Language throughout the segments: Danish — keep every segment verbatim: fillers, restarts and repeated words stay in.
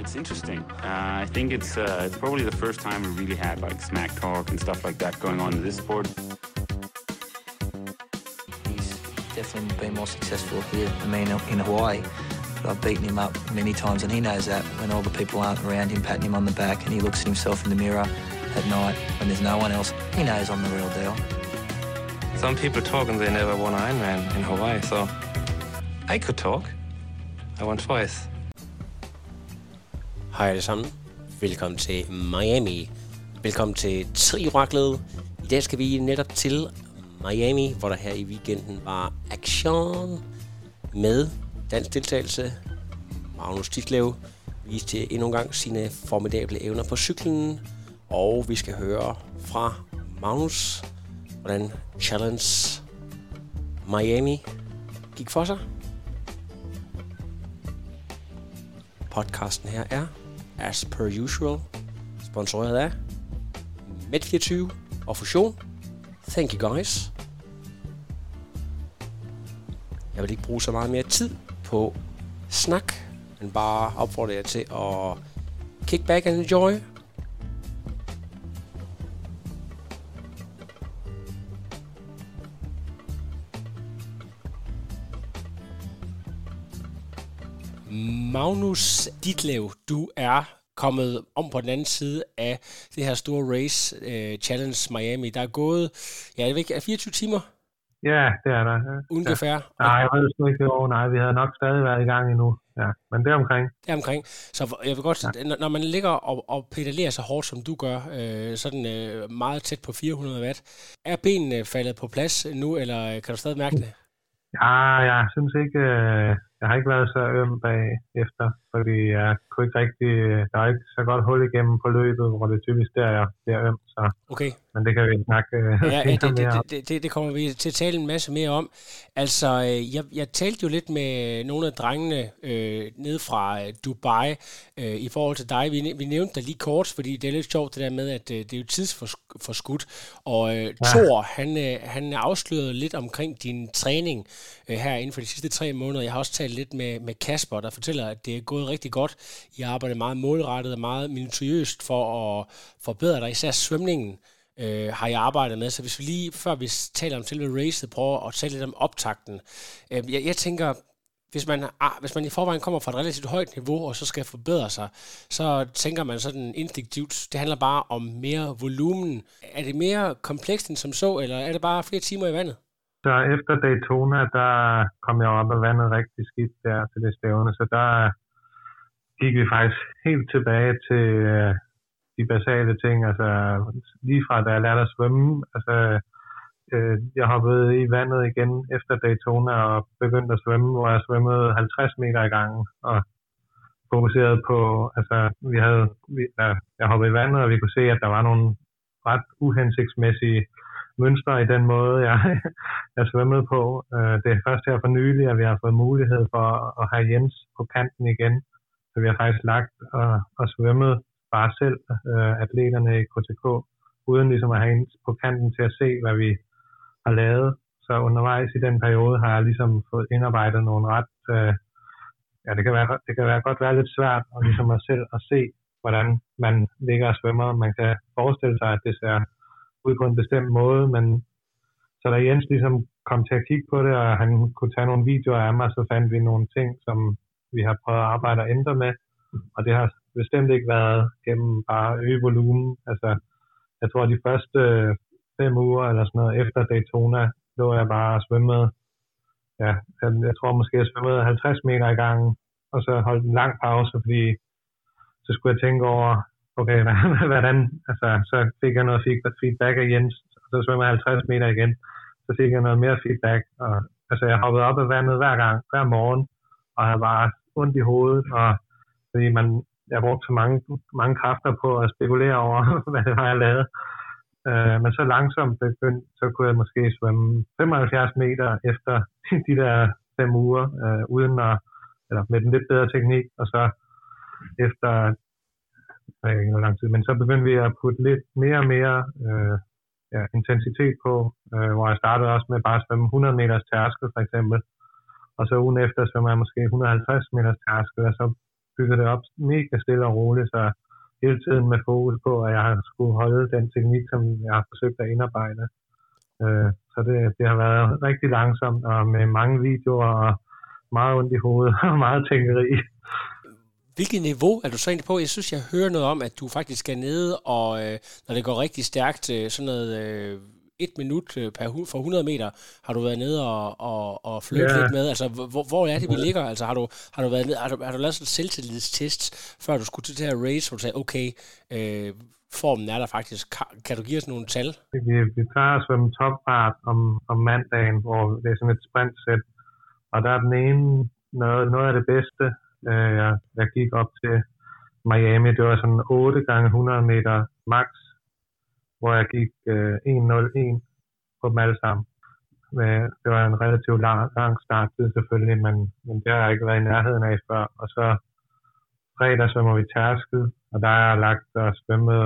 it's interesting. Uh, I think it's uh, it's probably the first time we really had like smack talk and stuff like that going on in this sport. He's definitely been more successful here than me in Hawaii. But I've beaten him up many times, and he knows that when all the people aren't around him patting him on the back and he looks at himself in the mirror at night when there's no one else, he knows I'm the real deal. Some people talk and they never won Ironman in Hawaii, so I could talk. I won twice. Hej alle sammen. Velkommen til Miami. Velkommen til Trioraklet. I dag skal vi netop til Miami, hvor der her i weekenden var action med dansk deltagelse. Magnus Ditlev viste endnu en gang sine formidable evner på cyklen, og vi skal høre fra Magnus, hvordan Challenge Miami gik for sig. Podcasten her er, as per usual, sponsoreret af Med fireogtyve og Fusion. Thank you guys. Jeg vil ikke bruge så meget mere tid på snak, men bare opfordre jer til at kick back and enjoy. Magnus Ditlev, du er kommet om på den anden side af det her store race, uh, Challenge Miami. Der er gået, ja, jeg ved ikke, er fireogtyve timer? Ja, det er der. Ja. Ungefær. Ja. Nej, jeg ved sgu ikke det over. Nej, vi havde nok stadig været i gang endnu. Ja, men det er omkring. Det er omkring. Så jeg vil godt, ja. Når man ligger og, og pedalerer så hårdt, som du gør, øh, sådan øh, meget tæt på fire hundrede watt, er benene faldet på plads nu, eller kan du stadig mærke det? Ja, jeg synes ikke, øh, jeg har ikke været så øm bagefter, fordi jeg kunne ikke rigtig, der er ikke så godt hul igennem på løbet, hvor det typisk der, jeg bliver øm, så. Okay. Men det kan vi snakke øh, ja, ja, det, det, det, det, det kommer vi til at tale en masse mere om. Altså, jeg, jeg talte jo lidt med nogle af drengene øh, nede fra Dubai øh, i forhold til dig. Vi, vi nævnte dig lige kort, fordi det er lidt sjovt det der med, at øh, det er jo tidsforskudt. Og øh, ja. Thor, han, øh, han afslørede lidt omkring din træning øh, her inden for de sidste tre måneder. Jeg har også talt lidt med, med Kasper, der fortæller, at det er gået rigtig godt. I arbejder meget målrettet og meget minutiøst for at forbedre dig, især svømningen. Øh, har jeg arbejdet med, så hvis vi lige, før vi taler om selve racet, prøver at tale lidt om optakten. Øh, jeg, jeg tænker, hvis man, ah, hvis man i forvejen kommer fra et relativt højt niveau, og så skal forbedre sig, så tænker man sådan instinktivt, det handler bare om mere volumen. Er det mere komplekst end som så, eller er det bare flere timer i vandet? Så efter Daytona, der kom jeg op af vandet rigtig skidt der til det stævne, så der gik vi faktisk helt tilbage til de basale ting, altså lige fra da jeg lærte at svømme, altså øh, jeg hoppede i vandet igen efter Daytona og begyndte at svømme, hvor jeg svømmede halvtreds meter i gangen og fokuserede på, altså vi havde, vi, ja, jeg hoppede i vandet, og vi kunne se, at der var nogle ret uhensigtsmæssige mønstre i den måde, jeg, jeg svømmede på. Øh, det er først her for nylig, at vi har fået mulighed for at have Jens på kanten igen, så vi har faktisk lagt og, og svømmet bare selv, øh, atleterne i K T K, uden ligesom at have en på kanten til at se, hvad vi har lavet. Så undervejs i den periode har jeg ligesom fået indarbejdet nogle ret, øh, ja det kan, være, det kan være godt være lidt svært at ligesom at selv at se, hvordan man ligger og svømmer. Man kan forestille sig, at det ser ud på en bestemt måde, men så da Jens ligesom kom til at kigge på det, og han kunne tage nogle videoer af mig, så fandt vi nogle ting, som vi har prøvet at arbejde og ændre med, og det har bestemt ikke været gennem bare øge volumen. Altså, jeg tror, de første fem uger eller sådan noget efter Daytona, lå jeg bare og svømmede. Ja, jeg, jeg tror måske, jeg svømmede halvtreds meter i gangen, og så holdt en lang pause, fordi så skulle jeg tænke over, okay, hvordan, altså, så fik jeg noget feedback af Jens, og så svømmede jeg halvtreds meter igen, så fik jeg noget mere feedback, og altså, jeg hoppede op af vandet hver gang, hver morgen, og jeg bare ondt i hovedet, og fordi man, jeg brugte så mange, mange kræfter på at spekulere over, hvad det var, jeg lavede. Uh, men så langsomt begyndte, så kunne jeg måske svømme femoghalvfjerds meter efter de der fem uger, uh, uden at, eller med den lidt bedre teknik, og så efter, jeg ved ikke hvor lang tid, men så begyndte vi at putte lidt mere og mere uh, ja, intensitet på, uh, hvor jeg startede også med bare at svømme hundrede meters tærskel for eksempel, og så ugen efter svømmer jeg måske et hundrede og halvtreds meters tærskel, og så bygget det op mega stille og roligt, så hele tiden med fokus på, at jeg har skulle holde den teknik, som jeg har forsøgt at indarbejde. Øh, så det, det har været rigtig langsomt, og med mange videoer, og meget ondt i hovedet, og meget tænkeri. Hvilket niveau er du så egentlig på? Jeg synes, jeg hører noget om, at du faktisk er nede, og øh, når det går rigtig stærkt, øh, sådan noget øh, et minut per for hundrede meter, har du været nede og, og, og flyttet yeah. lidt med. Altså, hvor, hvor er det, vi ligger? Altså, har du, har du, været nede, har du, har du lavet sådan en selvtillidstest, før du skulle til det her race, hvor du sagde, okay, øh, formen er der faktisk. Kan, kan du give os nogle tal? Vi, vi tager at svømme topfart om, om mandagen, hvor det er sådan et sprintsæt, og der er den ene noget, noget af det bedste. Øh, jeg, jeg gik op til Miami, det var sådan otte gange hundrede meter max, hvor jeg gik øh, en nul en på dem alle sammen. Det var en relativt lang, lang starttid selvfølgelig, men, men det har jeg ikke været i nærheden af før. Og så fredag svømmer vi tærskel, og der har jeg lagt og svømmet,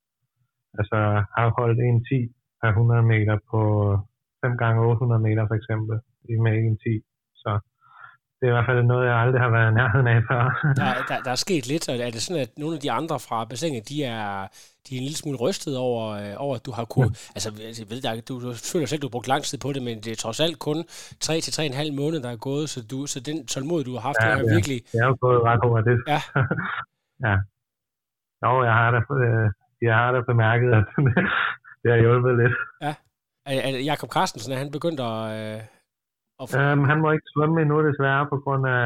altså har holdt en ti per hundrede meter på fem gange otte hundrede meter for eksempel, med en ti. Så det er i hvert fald noget, jeg aldrig har været i nærheden af før. Der, der, der er sket lidt, og er det sådan, at nogle af de andre fra bassinet, de er, de er en lille smule rystet over, over at du har kunnet... Ja. Altså, jeg ved, der, du, du føler selv, at du har brugt lang tid på det, men det er trods alt kun tre til tre og en halv måned, der er gået, så, du, så den tålmod, du har haft, ja, det er ja. virkelig... Det er jo gået ret hurtigt. Ja. ja. Jo, jeg har da, jeg har da bemærket, at det har hjulpet lidt. Ja. Er, er Jakob Carstensen, er han begyndt at... Øh, Um, han må ikke svømme endnu desværre på grund af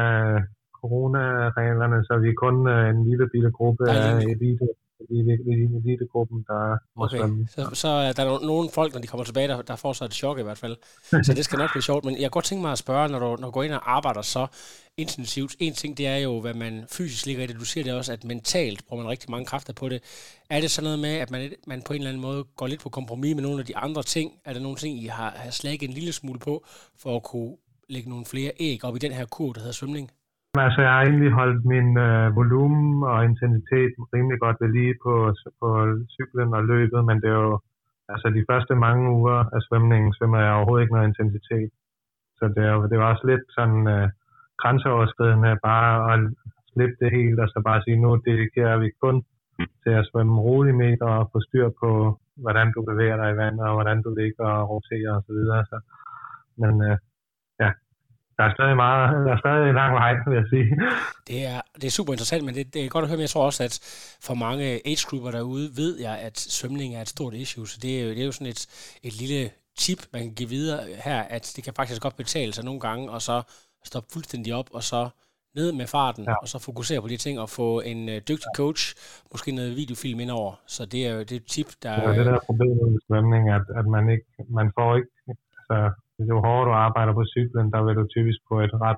coronareglerne, så vi er kun uh, en lille bitte gruppe af elite, elite, elite, elitegruppen, der må okay. svømme. Så, så er der no- nogle folk, når de kommer tilbage, der, der får sig et chok i hvert fald. Så det skal nok blive sjovt. Men jeg kan godt tænke mig at spørge, når du, når du går ind og arbejder så intensivt. En ting, det er jo, hvad man fysisk ligger i det. Du siger det også, at mentalt bruger man rigtig mange kræfter på det. Er det sådan noget med, at man, man på en eller anden måde går lidt på kompromis med nogle af de andre ting? Er der nogle ting, I har, har slækket en lille smule på, for at kunne lægge nogle flere æg op i den her kur, der hedder svømning? Altså, jeg har egentlig holdt min øh, volumen og intensitet rimelig godt ved lige på, på cyklen og løbet, men det er jo, altså de første mange uger af svømningen svømmer jeg overhovedet ikke noget intensitet. Så det er jo, det var også lidt sådan øh, grænseoverskridende bare at slippe det helt, og så bare sige, nu dedikerer vi kun til at svømme rolig meter og få styr på, hvordan du bevæger dig i vandet, og hvordan du ligger og roterer osv. Så, men øh, ja, der er stadig meget, der er stadig en lang vej, vil jeg sige. Det er, det er super interessant, men det, det er godt at høre, men jeg tror også, at for mange age-grupper derude, ved jeg, at svømning er et stort issue, så det er jo, det er jo sådan et, et lille tip, man kan give videre her, at det kan faktisk godt betale sig nogle gange, og så stoppe fuldstændig op, og så ned med farten, ja. Og så fokusere på de ting, og få en uh, dygtig coach, måske noget videofilm ind over. Så det er jo det er et tip, der... Det er det der problemet med svømning, at, at man ikke, man får ikke, altså, jo hårdere du arbejder på cyklen, der vil du typisk på et ret,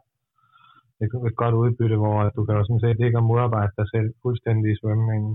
et, et godt udbytte, hvor du kan jo sådan set ikke modarbejde dig selv fuldstændig i svømningen.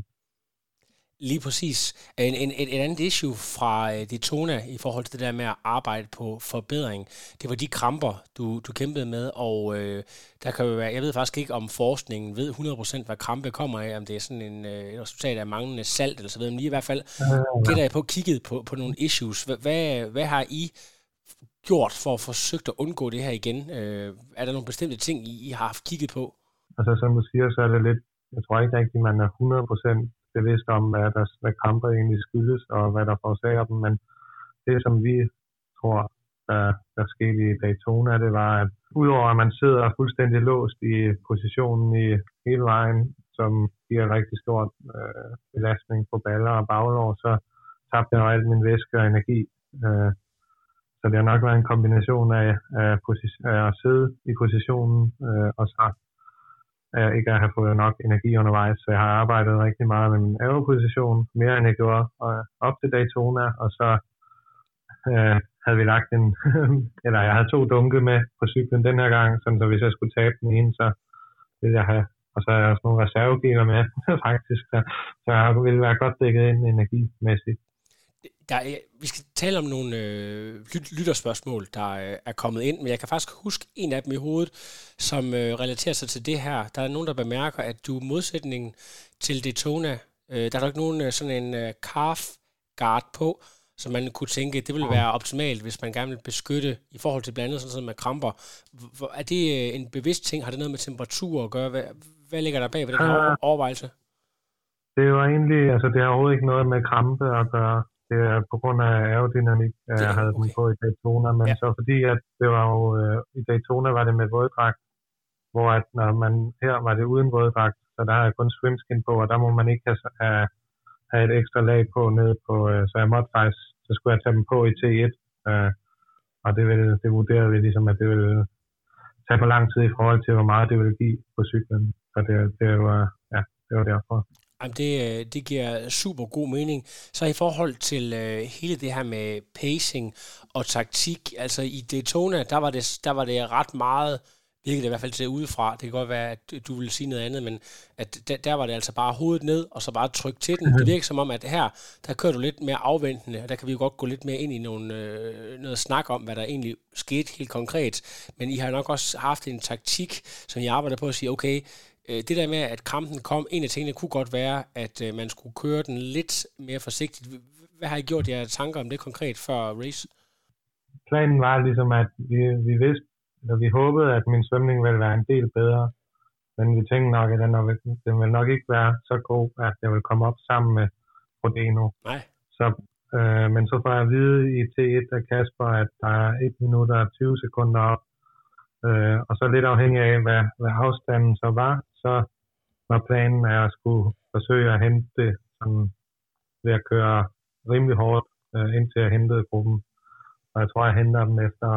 Lige præcis. En, en, et, et andet issue fra uh, Daytona i forhold til det der med at arbejde på forbedring, det var de kramper, du, du kæmpede med, og uh, der kan jo være, jeg ved faktisk ikke, om forskningen ved hundrede procent, hvad krampe kommer af, om det er sådan en uh, et resultat af manglende salt, eller så ved men lige i hvert fald gætter jeg på kigget på, på nogle issues. Hvad, hvad har I gjort for at forsøge at undgå det her igen? Uh, er der nogle bestemte ting, I, I har haft kigget på? Altså som du siger, så er det lidt, jeg tror ikke rigtig, man er hundrede procent bevidst om, hvad, der, hvad kramper egentlig skyldes, og hvad der forårsager dem, men det, som vi tror, der, der skete i Daytona, det var, at udover at man sidder fuldstændig låst i positionen i hele vejen, som giver en rigtig stor øh, belastning på baller og baglår, så tabte jeg jo alt min væske og energi. Øh, så det har nok været en kombination af, af, posi- af at sidde i positionen, øh, og så jeg ikke at have fået nok energi undervejs, så jeg har arbejdet rigtig meget med min aeroposition, mere end jeg gjorde op til Daytona, og så øh, havde vi lagt en, eller jeg havde to dunke med på cyklen den her gang, så hvis jeg skulle tabe den ene, så ville jeg have, og så har jeg også nogle reservegeler med, faktisk, så, så jeg ville være godt dækket ind energimæssigt. Der er, vi skal tale om nogle øh, lytterspørgsmål, der øh, er kommet ind, men jeg kan faktisk huske en af dem i hovedet, som øh, relaterer sig til det her. Der er nogen, der bemærker, at du modsætningen til Daytona, øh, der er der ikke nogen øh, sådan en øh, calf guard på, så man kunne tænke, det ville være optimalt, hvis man gerne vil beskytte i forhold til blandt andet sådan noget med kramper. Er det øh, en bevidst ting? Har det noget med temperatur at gøre? Hvad, hvad ligger der bag ved den her uh, overvejelse? Det var egentlig, altså det har overhovedet ikke noget med krampe at gøre. Det er på grund af aerodynamik, at jeg havde okay. den på i Daytona, men ja. så fordi, at det var jo, øh, i Daytona var det med våddragt, hvor at når man, her var det uden våddragt, så der har jeg kun swimskin på, og der må man ikke have, have, have et ekstra lag på ned på, øh, så jeg måtte faktisk, så skulle jeg tage dem på i T et, øh, og det, ville, det vurderede vi ligesom, at det ville tage for lang tid i forhold til, hvor meget det ville give på cyklen, så det, det var, ja, det var derfor. Jamen det, det giver super god mening. Så i forhold til øh, hele det her med pacing og taktik, altså i Daytona, der var det, der var det ret meget, virkede det i hvert fald til udefra, det kan godt være, at du ville sige noget andet, men at der, der var det altså bare hovedet ned, og så bare tryk til den. Det virker som om, at her, der kører du lidt mere afventende, og der kan vi jo godt gå lidt mere ind i nogle, øh, noget snak om, hvad der egentlig skete helt konkret. Men I har nok også haft en taktik, som jeg arbejder på at sige, okay, det der med, at krampen kom, en af tingene kunne godt være, at øh, man skulle køre den lidt mere forsigtigt. Hvad har I gjort jer tanker om det konkret før race? Planen var ligesom, at vi, vi vidste, eller vi håbede, at min svømning ville være en del bedre. Men vi tænkte nok, at den, den ville nok ikke være så god, at jeg ville komme op sammen med Frodeno. Nej. Så, øh, men så får jeg at vide i T et af Kasper, at der er et minut og tyve sekunder op. Øh, og så lidt afhængig af, hvad, hvad afstanden så var, så var planen, at jeg skulle forsøge at hente det sådan, ved at køre rimelig hårdt, øh, indtil jeg hentede gruppen. Og jeg tror, jeg henter dem efter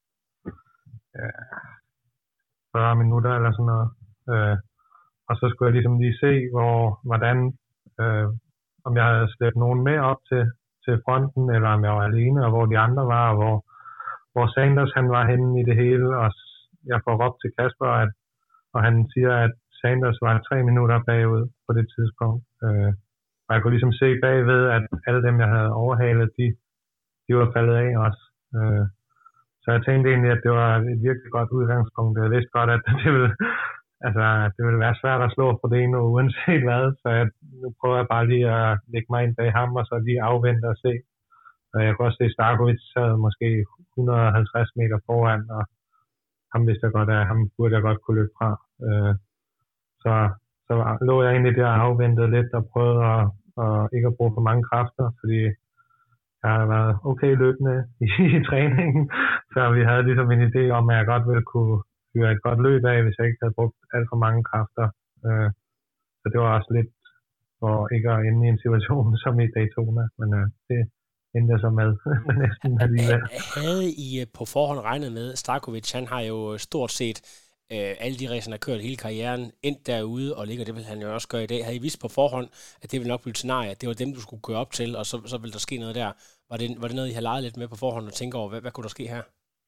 øh, fyrre minutter eller sådan noget. Øh, og så skulle jeg ligesom lige se, hvor, hvordan, øh, om jeg havde slæbt nogen med op til, til fronten, eller om jeg var alene, og hvor de andre var, og hvor, hvor Sanders han var henne i det hele, og jeg får råbt til Kasper, at, og han siger, at Sanders var tre minutter bagud på det tidspunkt. Øh, og jeg kunne ligesom se bagved, at alle dem, jeg havde overhalet, de, de var faldet af os. Øh, så jeg tænkte egentlig, at det var et virkelig godt udgangspunkt. Jeg vidste godt, at det ville, altså, det ville være svært at slå for det ene, uanset hvad. Så jeg, nu prøver jeg bare lige at lægge mig ind bag ham, og så lige afvente og se. Og jeg kunne også se, at Starkovic sad måske et hundrede og halvtreds meter foran, og ham vidste jeg godt, at ham burde jeg godt kunne løbe fra. Øh, så, så lå jeg egentlig der og afventede lidt og prøvede at, at ikke at bruge for mange kræfter, fordi jeg har været okay løbende i, i træningen, så vi havde ligesom en idé om, at jeg godt ville kunne fyre et godt løb af, hvis jeg ikke havde brugt alt for mange kræfter. Øh, så det var også lidt for ikke at ende i en situation som i Daytona, men øh, det endte jeg så med næsten alligevel. Havde I på forhånd regnet med, Starkovic, han har jo stort set øh, alle de racer, der har kørt hele karrieren, endt derude og ligger, det vil han jo også gøre i dag. Havde I vidst på forhånd, at det ville nok blive scenarie, at det var dem, du skulle køre op til, og så, så ville der ske noget der? Var det, var det noget, I havde leget lidt med på forhånd og tænke over, hvad, hvad kunne der ske her?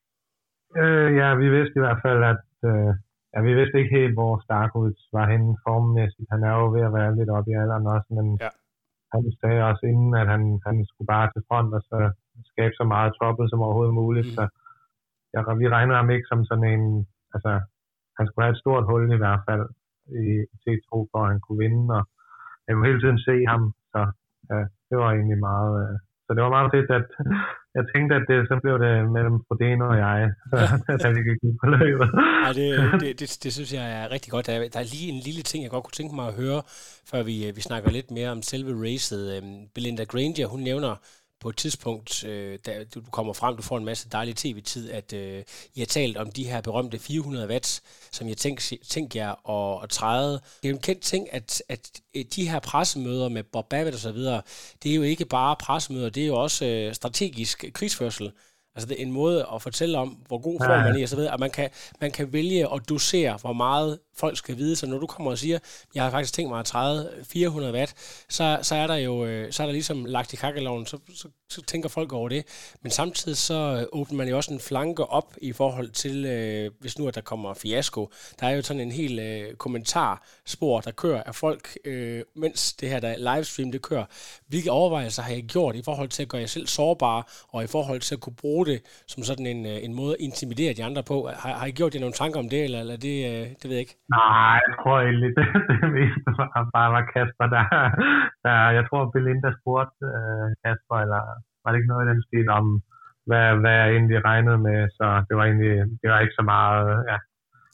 Øh, ja, vi vidste i hvert fald, at øh, ja, vi vidste ikke helt, hvor Starkovic var henne formmæssigt. Han er jo ved at være lidt oppe i alderen også, men ja. Han sagde også inden, at han, han skulle bare til front og så skabe så meget trouble som overhovedet muligt. Mm. Så ja, vi regner ham ikke som sådan en, altså han skulle have et stort hul i hvert fald i T to, for at han kunne vinde, og jeg kunne hele tiden se ham, så ja, det var egentlig meget, øh, så det var meget fedt, at jeg tænkte, at det, så blev det mellem Frodeno og jeg, så da vi gik på løbet. Ja, det, det, det, det synes jeg er rigtig godt. Der er, der er lige en lille ting, jeg godt kunne tænke mig at høre, før vi, vi snakker lidt mere om selve racet. Belinda Granger, hun nævner på et tidspunkt, øh, da du kommer frem, du får en masse dejlig tv-tid, at øh, I har talt om de her berømte fire hundrede watt, som jeg tænker tænk jer at, at træde. Det er jo en kendt ting, at, at de her pressemøder med Bob Babbitt og så videre, det er jo ikke bare pressemøder, det er jo også øh, strategisk krigsførsel. Altså det er en måde at fortælle om, hvor god form man er, og så videre, at man kan, man kan vælge at dosere, hvor meget folk skal vide. Så når du kommer og siger, jeg har faktisk tænkt mig at træde fire hundrede watt, så, så er der jo så er der ligesom lagt i kakkeloven, så, så, så tænker folk over det. Men samtidig så åbner man jo også en flanke op i forhold til, øh, hvis nu at der kommer fiasko. Der er jo sådan en hel øh, kommentarspor, der kører af folk, øh, mens det her der livestream, det kører. Hvilke overvejelser har I gjort i forhold til at gøre jer selv sårbare, og i forhold til at kunne bruge det som sådan en, en måde at intimidere de andre på? Har, har I gjort jer nogle tanker om det, eller, eller det, det ved jeg ikke? Nej, jeg tror egentlig, det, det meste var, bare var Kasper, der, der jeg tror, Belinda spurgte uh, Kasper, eller var det ikke noget i den stil om, hvad, hvad jeg egentlig regnede med, så det var egentlig, det var ikke så meget, ja. Det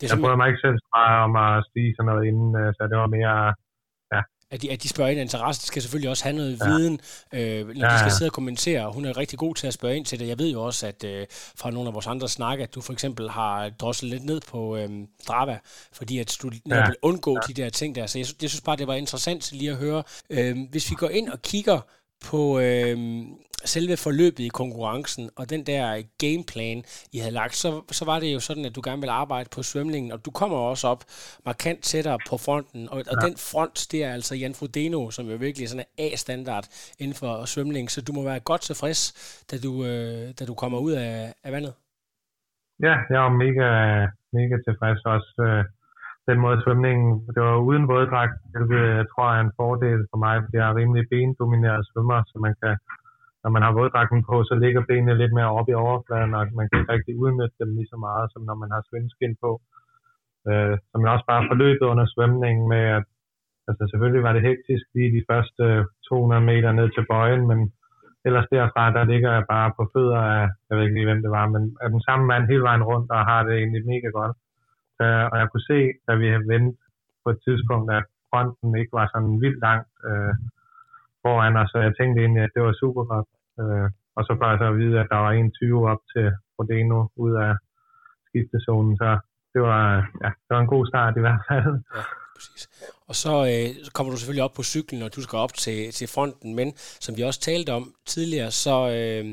jeg simpelthen... bryder mig ikke selv så meget om at sige sådan noget inden, så det var mere... Ja. At de, at de spørger ind af interesse, de skal selvfølgelig også have noget ja. viden, øh, når ja, de skal sidde og kommentere. Hun er rigtig god til at spørge ind til det. Jeg ved jo også, at øh, fra nogle af vores andre snakke, at du for eksempel har drosset lidt ned på øh, Strava, fordi at du ja. vil undgå ja. de der ting der. Så jeg, jeg synes bare, det var interessant lige at høre. Øh, hvis vi går ind og kigger på øh, selve forløbet i konkurrencen, og den der gameplan, I havde lagt, så, så var det jo sådan, at du gerne ville arbejde på svømningen, og du kommer også op markant tættere på fronten, og, og ja. den front, det er altså Jan Frodeno, som jo virkelig er sådan en A-standard inden for svømning, så du må være godt tilfreds, da du, øh, da du kommer ud af, af vandet. Ja, jeg var mega, mega tilfreds også. Øh, den måde svømningen, det var uden våddragt, hvilket jeg tror er en fordel for mig, fordi jeg er rimelig bendomineret svømmer, så man kan, når man har våddragten på, så ligger benene lidt mere oppe i overfladen, og man kan ikke rigtig udnytte dem lige så meget, som når man har svømmeskind på. Øh, så man også bare forløbet under svømningen med, at altså selvfølgelig var det hektisk lige de første to hundrede meter ned til bøjen, men ellers derfra, der ligger jeg bare på fødder af, jeg ved ikke lige, hvem det var, men er den samme mand hele vejen rundt, og har det egentlig mega godt. Uh, og jeg kunne se, da vi havde ventet på et tidspunkt, at fronten ikke var sådan vildt langt uh, foran os, så jeg tænkte egentlig, at det var super godt. Uh, og så får jeg så at vide, at der var en tyve op til Frodeno ud af skiftezonen, så det var, ja, det var en god start i hvert fald. Ja, præcis. Og så øh, kommer du selvfølgelig op på cyklen, og du skal op til, til fronten, men som vi også talte om tidligere, så... Øh,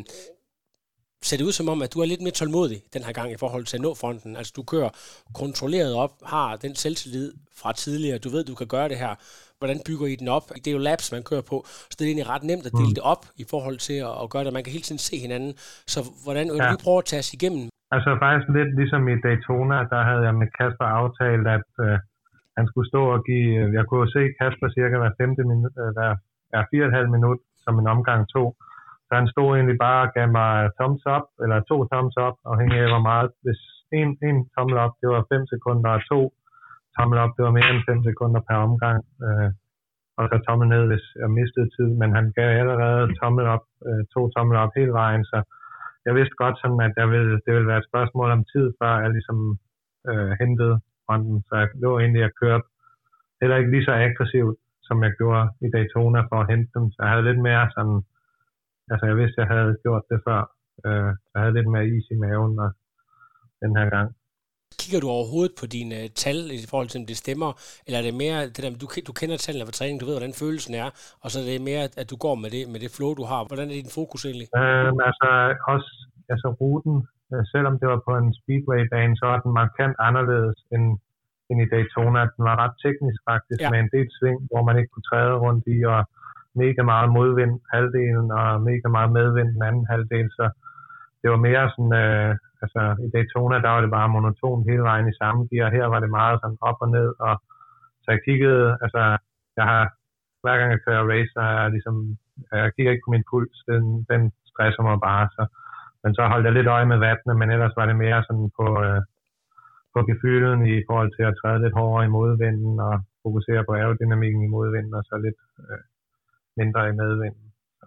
ser det ud som om, at du er lidt mere tålmodig den her gang i forhold til at nå fronten. Altså du kører kontrolleret op, har den selvtillid fra tidligere, du ved, du kan gøre det her. Hvordan bygger I den op? Det er jo laps, man kører på, så det er egentlig ret nemt at dele det op i forhold til at, at gøre det. Man kan hele tiden se hinanden. Så hvordan vil ja. vi prøve at tage os igennem? Altså faktisk lidt ligesom i Daytona, der havde jeg med Kasper aftalt, at øh, han skulle stå og give... Jeg kunne se Kasper cirka hver femte minut, øh, hver, hver fire og et halvt minut, som en omgang tog. Så han stod egentlig bare og gav mig thumbs up, eller to thumbs up, afhængig af hvor meget. Hvis en, en tommel op, det var fem sekunder, og to tommel op, det var mere end fem sekunder per omgang. Øh, og så tommel ned, hvis jeg mistede tid. Men han gav allerede tommel op, øh, to tommel op hele vejen, så jeg vidste godt sådan, at jeg ville, det ville være et spørgsmål om tid, før jeg ligesom øh, hentede fronten. Så jeg lå egentlig at køre heller ikke lige så aggressivt, som jeg gjorde i Daytona for at hente dem. Så jeg havde lidt mere sådan... Altså, jeg vidste, jeg havde gjort det før. Øh, jeg havde lidt mere is i maven og den her gang. Kigger du overhovedet på dine uh, tal i forhold til, om det stemmer? Eller er det mere, det der, du, du kender tallene fra træning, du ved, hvordan følelsen er, og så er det mere, at du går med det, med det flow, du har. Hvordan er din fokus egentlig? Øh, altså, også altså, ruten, øh, selvom det var på en speedway-bane, så var den markant anderledes end, end i Daytona. Den var ret teknisk faktisk, ja. Med en del sving, hvor man ikke kunne træde rundt i, og mega meget modvind halvdelen, og mega meget medvind den anden halvdel, så det var mere sådan, øh, altså i Daytona, der var det bare monotont hele vejen i samme gear, her var det meget sådan op og ned, og så jeg kiggede, altså jeg har, hver gang jeg kører race, så har jeg ligesom, jeg kigger ikke på min puls, den, den stresser mig bare, så, men så holdt jeg lidt øje med vattene, men ellers var det mere sådan på, øh, på gefylen i forhold til at træde lidt hårdere i modvinden, og fokusere på aerodynamikken i modvinden, og så lidt øh, mindre i medvinden.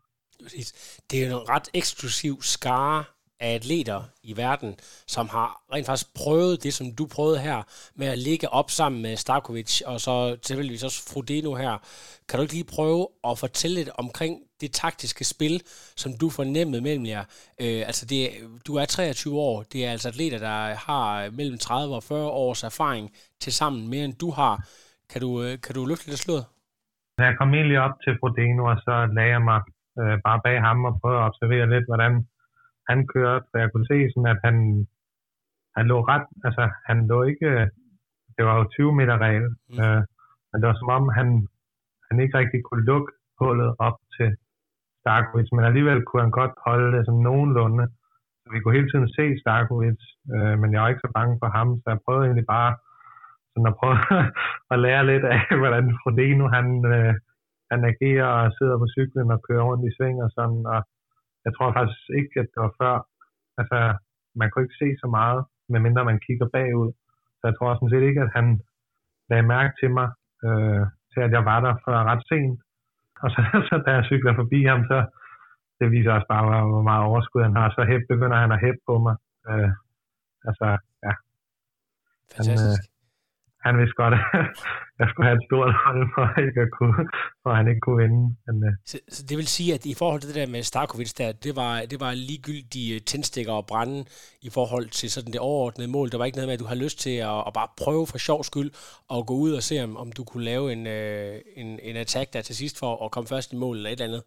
Det er jo en ret eksklusiv skare af atleter i verden, som har rent faktisk prøvet det, som du prøvede her, med at ligge op sammen med Starkovic, og så tilfældigvis også Frodeno her. Kan du ikke lige prøve at fortælle lidt omkring det taktiske spil, som du fornemmede mellem jer? Øh, altså det, du er treogtyve år, det er altså atleter, der har mellem tredive og fyrre års erfaring til sammen mere end du har. Kan du, kan du løfte lidt af sløret? Jeg kom egentlig op til Frodeno, og så lagde jeg mig øh, bare bag ham og prøvede at observere lidt, hvordan han kørte. Så jeg kunne se sådan, at han, han lå ret, altså han lå ikke, det var jo tyve meter regel, mm. øh, men det var som om, han, han ikke rigtig kunne lukke hullet op til Starkovic, men alligevel kunne han godt holde det som nogenlunde. Så vi kunne hele tiden se Starkovic, øh, men jeg var ikke så bange for ham, så jeg prøvede egentlig bare sådan at prøve at lære lidt af, hvordan Frodeno han, øh, han agerer og sidder på cyklen og kører rundt i sving og sådan, og jeg tror faktisk ikke, at det var før, altså man kunne ikke se så meget, medmindre man kigger bagud, så jeg tror sådan set ikke, at han lagde mærke til mig, øh, til at jeg var der før ret sent, og så, så da jeg cykler forbi ham, så det viser også bare, hvor meget overskud han har, så hæb, begynder han at hæppe på mig, øh, altså ja. Fantastisk. Han, øh, han vidste godt, at jeg skulle have et stort hold, for, ikke at kunne, for han ikke kunne vinde. Men, øh. så, så det vil sige, at i forhold til det der med Starkovic, der, det var, det var ligegyldige tændstikker og brænde i forhold til sådan det overordnede mål. Der var ikke noget med, at du har lyst til at, at bare prøve for sjov skyld og gå ud og se, om, om du kunne lave en, øh, en, en attack der til sidst for at komme først i mål eller et eller andet?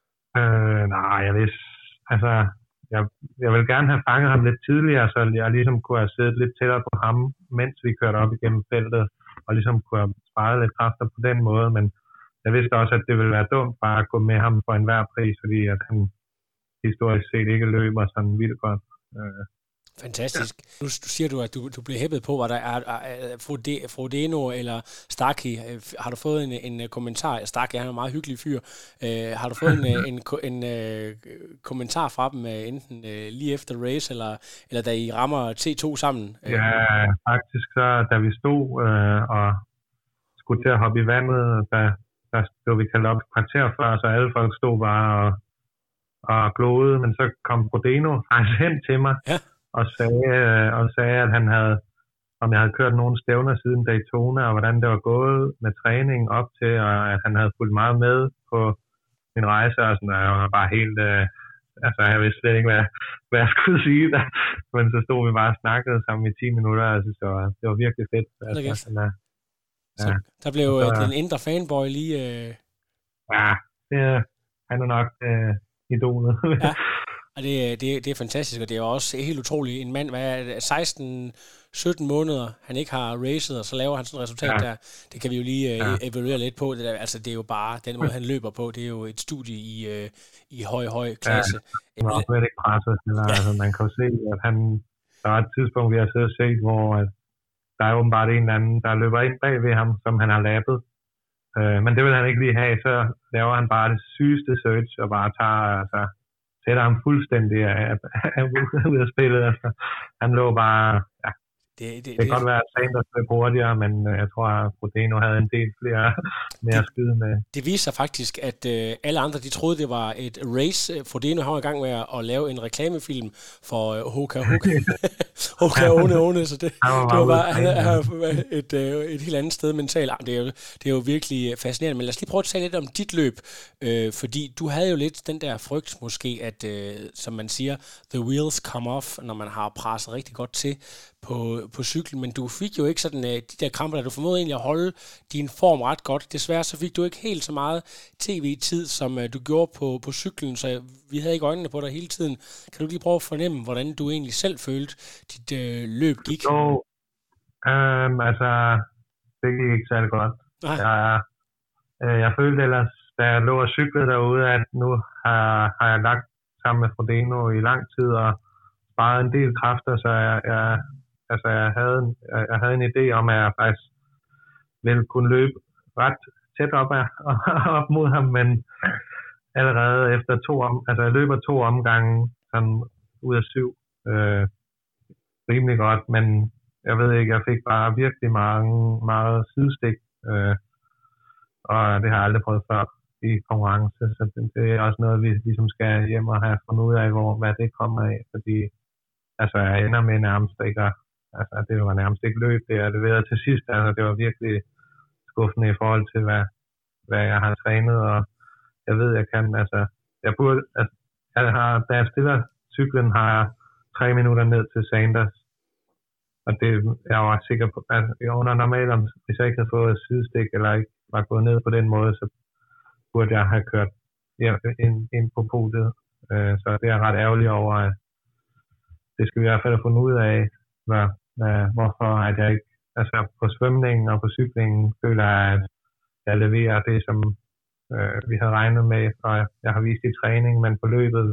Øh, nej, jeg vidste, altså, jeg, jeg ville gerne have fanget ham lidt tidligere, så jeg ligesom kunne have siddet lidt tættere på ham, mens vi kørte op igennem feltet, og ligesom kunne have sparet lidt kræfter på den måde, men jeg vidste også, at det ville være dumt bare at gå med ham for enhver pris, fordi at han historisk set ikke løber sådan vildt godt. Øh. Fantastisk. Ja. Nu, nu siger du, at du, du blev hæppet på, hvor der er, er, er Frodeno eller Starkey. Har du fået en, en kommentar? Starkey, han er en meget hyggelig fyr. Uh, har du fået en, en, en, en uh, kommentar fra dem, uh, enten uh, lige efter race, eller, eller da I rammer T to sammen? Ja, faktisk så, da vi stod uh, og skulle til at hoppe i vandet, da, der stod vi kaldt op et kvarter før, så alle folk stod bare og, og glodede, men så kom Frodeno faktisk hen til mig. Ja. Og sagde, og sagde, at han havde, om jeg havde kørt nogle stævner siden Daytona, og hvordan det var gået med træning op til, og at han havde fulgt meget med på min rejse, og sådan, og jeg var bare helt, øh, altså jeg vidste slet ikke, hvad, hvad jeg skulle sige der. Men så stod vi bare og snakkede sammen i ti minutter, og altså, så det var virkelig fedt. Altså, sådan, ja. Så der blev så, den indre fanboy lige... Øh... Ja, det, han er nok øh, idolet. Ja. Og det, det, det er fantastisk, og det er også helt utroligt. En mand, hvad er det, seksten sytten måneder, han ikke har racet, og så laver han sådan et resultat ja. der. Det kan vi jo lige ja. uh, evaluere lidt på. Det der, altså, det er jo bare den måde, han løber på. Det er jo et studie i, uh, i høj, høj klasse. Ja, han var også ikke presset. Eller, ja. Altså, man kan jo se, at han, der er et tidspunkt, vi har siddet og set, hvor at der er åbenbart en eller anden, der løber ind bag ved ham, som han har lappet. Uh, men det vil han ikke lige have. Så laver han bare det sygeste search, og bare tager... Altså, sætter ham fuldstændig af, af, ud af spillet. Altså, han lå bare... Ja. Det, det, det kan det, godt være, at Sanders blev hurtigere, men jeg tror, at Frodeno havde en del flere mere at skyde med. Det viser faktisk, at øh, alle andre de troede, det var et race. Frodeno har i gang med at, at lave en reklamefilm for øh, Hoka Hoka. Hoka One One, så det, det var bare han, han, et, øh, et helt andet sted mentalt. Det er, jo, det er jo virkelig fascinerende, men lad os lige prøve at tale lidt om dit løb, øh, fordi du havde jo lidt den der frygt måske, at øh, som man siger, the wheels come off, når man har presset rigtig godt til på, på cyklen, men du fik jo ikke sådan uh, de der kramper, der du formåede egentlig at holde din form ret godt. Desværre så fik du ikke helt så meget tv-tid, som uh, du gjorde på, på cyklen, så vi havde ikke øjnene på dig hele tiden. Kan du lige prøve at fornemme, hvordan du egentlig selv følte, dit uh, løb gik? Jo, øhm, altså, det gik ikke særlig godt. Jeg, øh, jeg følte ellers, da jeg lå og cyklede derude, at nu har, har jeg lagt sammen med Frodeno i lang tid, og sparet en del kræfter, så jeg, jeg Altså, jeg havde, jeg havde en idé om, at jeg faktisk ville kunne løbe ret tæt op, af, op mod ham, men allerede efter to om, altså jeg løber to omgange sådan ud af syv, øh, rimelig godt, men jeg ved ikke, jeg fik bare virkelig mange, meget sidestik, øh, og det har jeg aldrig prøvet før i konkurrence, så det, det er også noget, vi ligesom skal hjem og have fundet ud af, hvor, hvad det kommer af, fordi altså, jeg ender med nærmest ikke at Altså, det var nærmest ikke løb, det jeg leverede til sidst. Altså, det var virkelig skuffende i forhold til, hvad, hvad jeg har trænet, og jeg ved, jeg kan, altså, jeg burde, altså, jeg har, da jeg stiller cyklen, har jeg tre minutter ned til Sanders, og det, jeg var sikker på, at under normalt, hvis jeg ikke havde fået sidestik, eller ikke var gået ned på den måde, så burde jeg have kørt ind, ind på podiet. Så det er jeg ret ærgerlig over, at det skal vi i hvert fald have fundet ud af, hvad, hvad, hvorfor at jeg ikke, altså på svømningen og på cyklingen, føler jeg, at jeg leverer det, som øh, vi havde regnet med, og jeg har vist i træning, men på løbet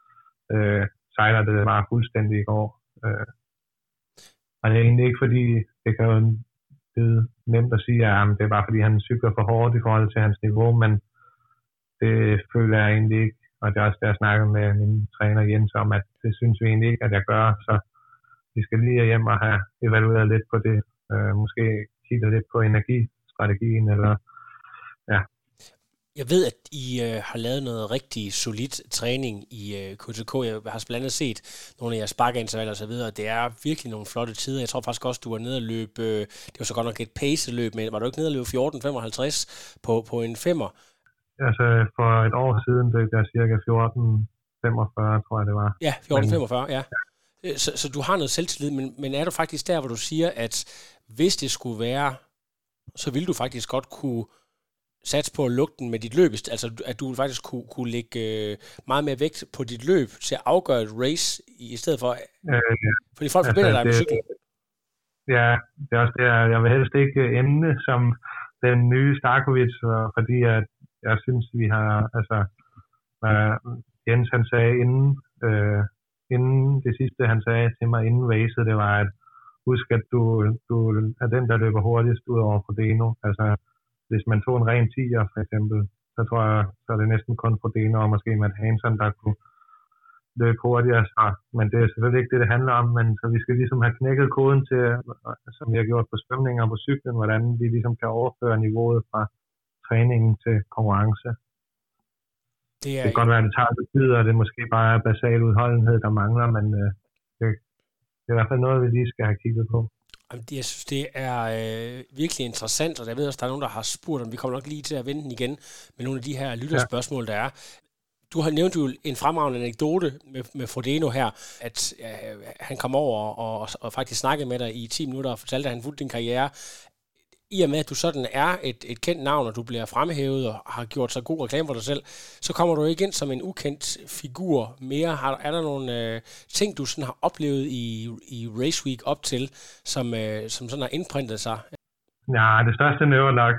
øh, sejler det bare fuldstændig i går. Øh. Og det er egentlig ikke fordi, det kan jo det er nemt at sige, at det er bare fordi, han cykler for hårdt i forhold til hans niveau, men det føler jeg egentlig ikke, og det er også det, jeg snakker med min træner Jens om, at det synes vi egentlig ikke, at jeg gør, så vi skal lige hjem og have evalueret lidt på det. Øh, måske kigge lidt på energistrategien, eller ja. Jeg ved, at I øh, har lavet noget rigtig solid træning i øh, K T K. Jeg har blandt andet set nogle af jeres bakkeintervaller og så videre. Det er virkelig nogle flotte tider. Jeg tror faktisk også, du var nede og løb, øh, det var så godt nok et pace-løb, men var du ikke nede og løb fjorten femoghalvtreds på, på en femmer? Altså, for et år siden løb jeg cirka fjorten femogfyrre, tror jeg det var. Ja, fjorten femogfyrre, ja. Så, så du har noget selvtillid, men, men er du faktisk der, hvor du siger, at hvis det skulle være, så ville du faktisk godt kunne satse på at lukke den med dit løb, altså at du faktisk kunne, kunne lægge øh, meget mere vægt på dit løb til at afgøre et race, i stedet for, øh, ja. Fordi folk altså, forbinder dig med cyklen. Ja, det er også det, jeg vil helst ikke ende som den nye Starkovic, fordi at jeg synes, vi har, altså, uh, Jens han sagde inden, øh, inden det sidste, han sagde til mig inden racet, det var, at husk, at du, du er den, der løber hurtigst ud over Frodeno. Altså, hvis man tog en ren tiger, for eksempel, så tror jeg, så er det næsten kun Frodeno og måske Matt Hansen, der kunne løbe hurtigere. Så, men det er selvfølgelig ikke det, det handler om, men så vi skal ligesom have knækket koden til, som vi har gjort på svømninger og på cyklen, hvordan vi ligesom kan overføre niveauet fra træningen til konkurrence. Det, er, det kan godt være, at det tager lidt tid, og det er måske bare basal udholdenhed, der mangler, men øh, det, det er i hvert fald noget, vi lige skal have kigget på. Jeg synes, det er øh, virkelig interessant, og jeg ved også, der er nogen, der har spurgt, om vi kommer nok lige til at vende den igen med nogle af de her lytterspørgsmål, der er. Du har nævnt jo en fremragende anekdote med, med Frodeno her, at øh, han kom over og, og, og faktisk snakkede med dig i ti minutter og fortalte, at han fulgte din karriere. I og med, at du sådan er et, et kendt navn, og du bliver fremhævet og har gjort så god reklame for dig selv, så kommer du ikke ind som en ukendt figur mere. Har, er der nogle øh, ting, du sådan har oplevet i, i Race Week op til, som, øh, som sådan har indprintet sig? Ja, det største nøver nok.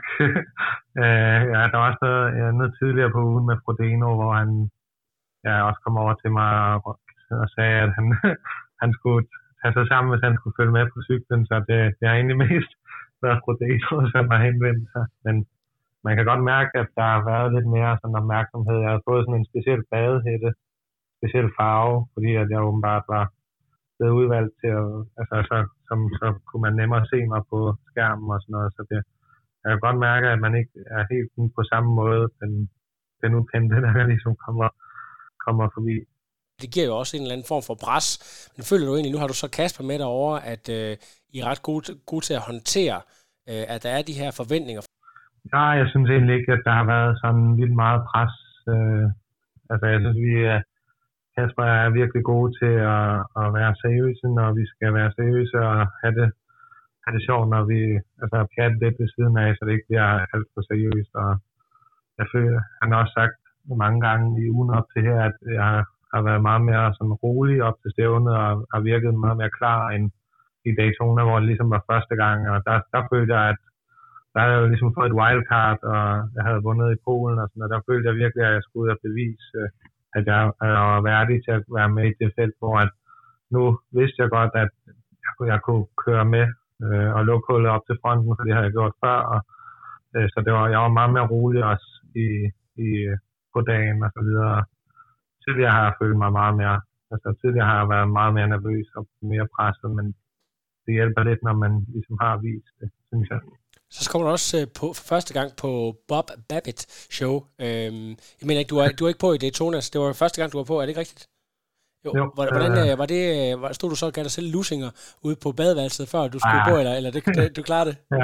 ja, der var også noget, ja, noget tidligere på ugen med Frodeno, hvor han ja, også kom over til mig og, og sagde, at han, han skulle tage sig sammen, hvis han skulle følge med på cyklen, så det, det er egentlig mest været Frodeno, som har henvendt sig. Men man kan godt mærke, at der har været lidt mere sådan opmærksomhed. Jeg har fået sådan en speciel badehætte, speciel farve, fordi at jeg åbenbart var blevet udvalgt til at, altså så, som, så kunne man nemmere se mig på skærmen og sådan noget. Så det, jeg kan godt mærke, at man ikke er helt på samme måde, den, den ukendte, der ligesom kommer, kommer forbi. Det giver jo også en eller anden form for pres. Men føler du egentlig, nu har du så Kasper med derovre, at øh, I er ret gode, gode til at håndtere, øh, at der er de her forventninger? Ja, jeg synes egentlig ikke, at der har været sådan lidt meget pres. Øh, altså, jeg synes, vi er, Kasper er virkelig gode til at, at være seriøse, når vi skal være seriøse og have det, have det sjovt, når vi altså, pjatter lidt ved siden af, så det ikke bliver alt for seriøst. Og jeg føler, han har også sagt mange gange i ugen op til her, at jeg har været meget mere sådan rolig op til stævnet og har virket meget mere klar end i Daytona, hvor det ligesom var første gang. Og der, der følte jeg, at der havde jeg jo ligesom fået et wildcard, og jeg havde vundet i Polen og sådan, og der følte jeg virkelig, at jeg skulle ud og bevise, at jeg var værdig til at være med i det felt, hvor at nu vidste jeg godt, at jeg, jeg kunne køre med øh, og lukke hullet op til fronten, for det havde jeg gjort før. Og, øh, så det var, jeg var meget mere rolig også i, i, på dagen og så videre. Tidligere har jeg følt mig meget mere, altså tidligere har jeg været meget mere nervøs og mere presset, men det hjælper lidt, når man ligesom har vist det, synes jeg. Så kommer du også på for første gang på Bob Babbitt show. Øhm, jeg mener ikke, du er, du er ikke på i Daytona, det var første gang, du var på, er det ikke rigtigt? Jo. jo Hvordan øh, var det, stod du så og gav dig selv lusinger ude på badeværelset, før du skulle ah, på, eller, eller det, det, du klarede det? Ja,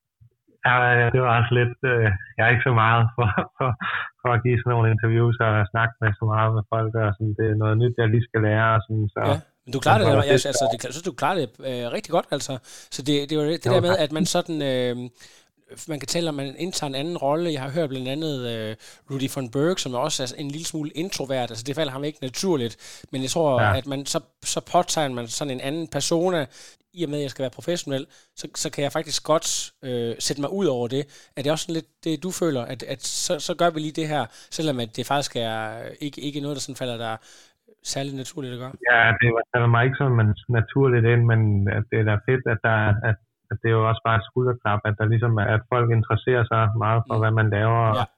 ja, det var også lidt, øh, jeg er ikke så meget for, for, for at give sådan nogle interviews og snakke med så meget med folk, og sådan, det er noget nyt, jeg lige skal lære. Og sådan, så, ja, men du klarede det, jeg, altså, det, jeg synes, du klarede det øh, rigtig godt, altså. Så det, det var det, det der med, at man sådan, øh, man kan tale om, at man indtager en anden rolle. Jeg har hørt blandt andet øh, Rudy von Berg, som også er en lille smule introvert, altså det falder ham ikke naturligt, men jeg tror, ja. at man så, så påtager man sådan en anden persona, i og med, at jeg skal være professionel, så, så kan jeg faktisk godt øh, sætte mig ud over det. Er det også sådan lidt det, du føler, at, at så, så gør vi lige det her, selvom at det faktisk er ikke, ikke noget, der sådan falder der særligt naturligt at gøre? Ja, det falder mig ikke sådan naturligt ind, men det er da fedt, at, der, at, at det er jo også bare et skulderklap, at der ligesom er, at folk interesserer sig meget for, mm. hvad man laver, og, ja.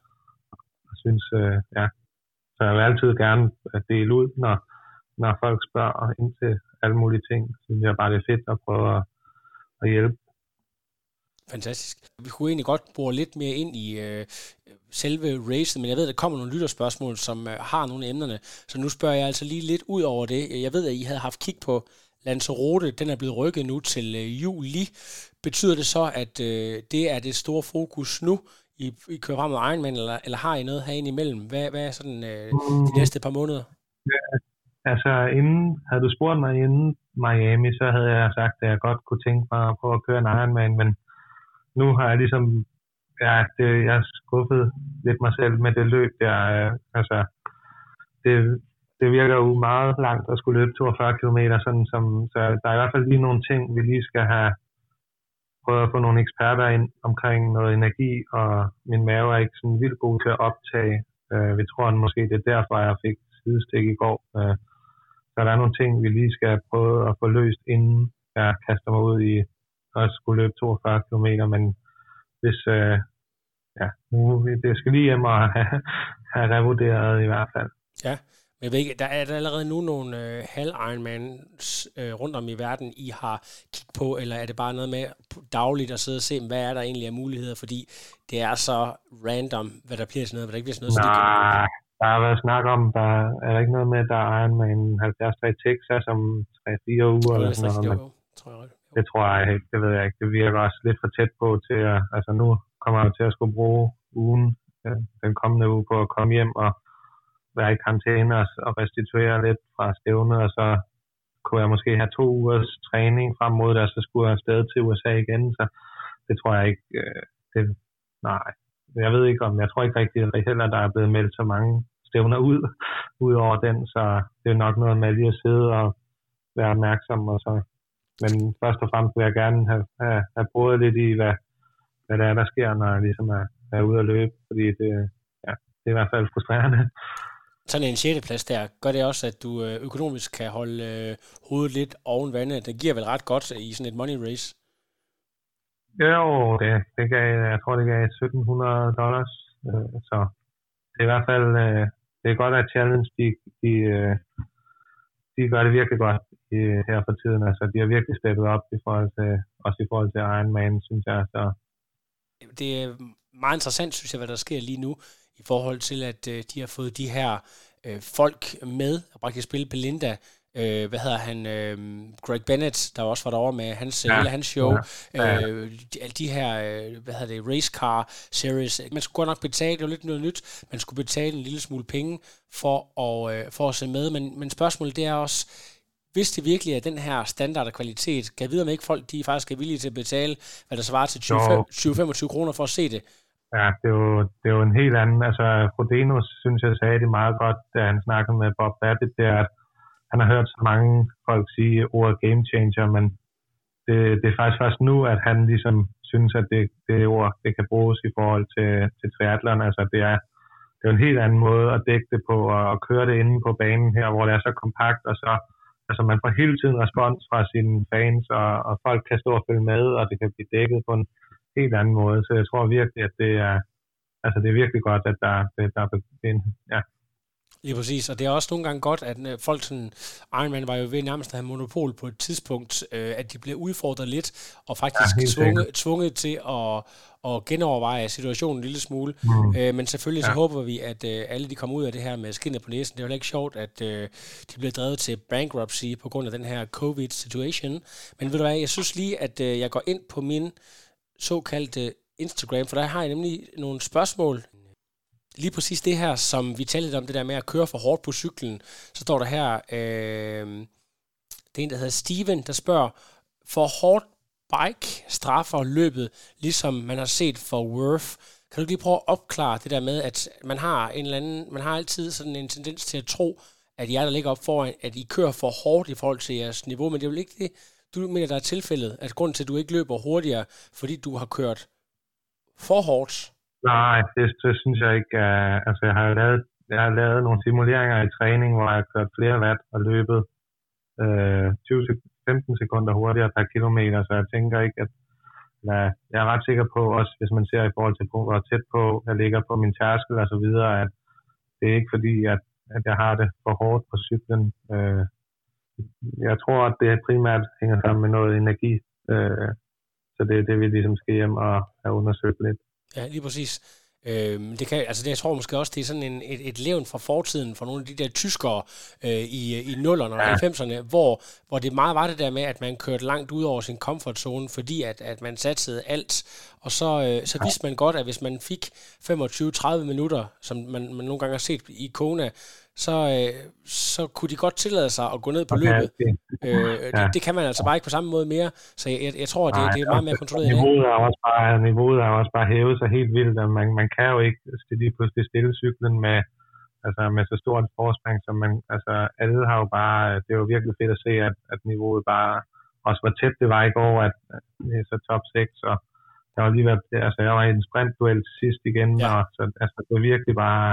og synes, øh, ja. Så jeg vil altid gerne dele ud, når, når folk spørger ind til alle mulige ting, så synes jeg bare, det er fedt at prøve at, at hjælpe. Fantastisk. Vi kunne egentlig godt bore lidt mere ind i øh, selve racet, men jeg ved, at der kommer nogle lytterspørgsmål, som øh, har nogle af emnerne, så nu spørger jeg altså lige lidt ud over det. Jeg ved, at I havde haft kig på Lanzarote, den er blevet rykket nu til øh, juli. Betyder det så, at øh, det er det store fokus nu, I, I kører frem med Ironman, eller, eller har I noget herinde imellem? Hvad, hvad er sådan øh, de næste par måneder? Ja, altså, inden, havde du spurgt mig inden Miami, så havde jeg sagt, at jeg godt kunne tænke mig at prøve at køre en Ironman, men nu har jeg ligesom, ja, det, jeg er skuffet lidt mig selv med det løb der, øh, altså, det, det virker jo meget langt at skulle løbe toogfyrre kilometer, sådan som, så der er i hvert fald lige nogle ting, vi lige skal have prøvet at få nogle eksperter ind omkring noget energi, og min mave er ikke sådan vildt god til at optage. Øh, vi tror at måske det er derfor, jeg fik sidestik i går. Øh, så der er nogle ting, vi lige skal prøve at få løst, inden jeg kaster mig ud i at skulle løbe toogfyrre kilometer, men hvis, øh, ja, nu, det skal lige hjem og have, have revurderet i hvert fald. Ja, men jeg ved ikke, der er der allerede nu nogle øh, halv-Ironmans øh, rundt om i verden, I har kigget på, eller er det bare noget med dagligt at sidde og se, hvad er der egentlig af muligheder, fordi det er så random, hvad der bliver sådan noget, hvad der ikke bliver sådan noget. Nej, der har været snak om, der er der ikke noget med, der er Ironman halvfjerds tre i Texas om tre fire uger, eller sådan noget. Jo, tror jeg. Det tror jeg ikke, det ved jeg ikke. Det virker også lidt for tæt på til at, altså nu kommer jeg til at skulle bruge ugen, den kommende uge på at komme hjem og være i karantæne og, og restituere lidt fra stævnet, og så kunne jeg måske have to ugers træning frem mod det, og så skulle jeg afsted til U S A igen, så det tror jeg ikke, det, nej, jeg ved ikke om, jeg tror ikke rigtig, at heller der er blevet meldt så mange stævner ud, ud over den, så det er nok noget med lige at sidde og være opmærksom, og så, men først og fremmest vil jeg gerne have, have, have prøvet lidt i, hvad, hvad det er, der sker, når jeg ligesom er, er ude at løbe, fordi det, ja, det er i hvert fald frustrerende. Sådan en sjette plads der, gør det også, at du økonomisk kan holde øh, hovedet lidt oven vandet. Det giver vel ret godt i sådan et money race? Jo, det, det gav, jeg tror, det gav sytten hundrede dollars. Øh, så det er i hvert fald, øh, det er godt, at Challenge, de, de, øh, de gør det virkelig godt i, her for tiden. Altså, de har virkelig steppet op i forhold til, også i forhold til Ironman, synes jeg. Så. Det er meget interessant, synes jeg, hvad der sker lige nu, i forhold til, at øh, de har fået de her øh, folk med, og bare kan spille Belinda, øh, hvad hedder han, øh, Greg Bennett, der også var derovre med hans, ja. Hele hans show, ja. Ja. Øh, de, de her, øh, hvad hedder det, race car series, man skulle godt nok betale, det var lidt noget nyt, man skulle betale en lille smule penge for at, øh, for at se med, men, men spørgsmålet det er også, hvis det virkelig er den her standard og kvalitet, kan jeg vide, om ikke folk de faktisk er villige til at betale, hvad der svarer til tyve til femogtyve kroner for at se det. Ja, det er, jo, det er jo en helt anden, altså Frodenos, synes jeg, sagde det meget godt, da han snakkede med Bob Babbitt, det er, at han har hørt så mange folk sige ordet game changer, men det, det er faktisk først nu, at han ligesom synes, at det, det ord, det kan bruges i forhold til, til triathlon, altså det er, det er en helt anden måde at dække det på, og, og køre det inde på banen her, hvor det er så kompakt, og så, altså man får hele tiden respons fra sine fans, og, og folk kan stå og følge med, og det kan blive dækket på en helt anden måde, så jeg tror virkelig, at det er, altså det er virkelig godt, at der, der er en, ja. Lige præcis, og det er også nogle gange godt, at folk sådan, Ironman var jo ved nærmest at have monopol på et tidspunkt, øh, at de blev udfordret lidt, og faktisk ja, tvunget, tvunget til at, at genoverveje situationen en lille smule, mm. øh, men selvfølgelig så ja. håber vi, at øh, alle de kommer ud af det her med skinnet på næsen. Det er jo ikke sjovt, at øh, de bliver drevet til bankruptcy på grund af den her covid-situation, men ved du hvad, jeg synes lige, at øh, jeg går ind på min såkaldte Instagram, for der har jeg nemlig nogle spørgsmål. Lige præcis det her, som vi talte om, det der med at køre for hårdt på cyklen, så står der her, øh, det er en, der hedder Steven, der spørger, for hårdt bike straffer løbet, ligesom man har set for Worth. Kan du lige prøve at opklare det der med, at man har en eller anden, man har altid sådan en tendens til at tro, at jer, der ligger op foran, at I kører for hårdt i forhold til jeres niveau, men det er jo ikke det, du mener, der er tilfældet, at grunden til, at du ikke løber hurtigere, fordi du har kørt for hårdt? Nej, det, det synes jeg ikke. Uh, altså, jeg har lavet, jeg har lavet nogle simuleringer i træning, hvor jeg har kørt flere watt og løbet uh, tyve til femten sekunder hurtigere per kilometer, så jeg tænker ikke, at ja, jeg er ret sikker på, også hvis man ser i forhold til, hvor tæt på jeg ligger på min tærskel og så videre, at det er ikke fordi, at, at jeg har det for hårdt på cyklen. Uh, jeg tror, at det primært hænger sammen med noget energi, uh, så det er det, vi ligesom skal hjem og have undersøgt lidt. Ja, lige præcis. Øhm, det kan, altså det, jeg tror måske også, det er sådan en, et, et levn fra fortiden for nogle af de der tyskere øh, i, i nullerne og Ja. halvfemserne, hvor, hvor det meget var det der med, at man kørte langt ud over sin comfort zone, fordi at, at man satsede alt, og så, øh, så vidste man godt, at hvis man fik femogtyve til tredive minutter, som man, man nogle gange har set i Kona, så, øh, så kunne de godt tillade sig at gå ned på Okay, løbet. okay. Øh, Ja. det, det kan man altså bare ikke på samme måde mere, så jeg, jeg tror, at det, det er meget mere kontrolleret i dag. Niveauet er også bare, niveauet er også bare hævet sig helt vildt, og man, man kan jo ikke lige pludselig stille cyklen med, altså med så stort et forspring, som man, altså alle har jo bare, det er jo virkelig fedt at se, at, at niveauet bare, også hvor tæt det var i går, at, at det er så top seks, og jeg var lige været, altså jeg var i en sprintduel til sidst igen, Ja. og så altså det er virkelig bare,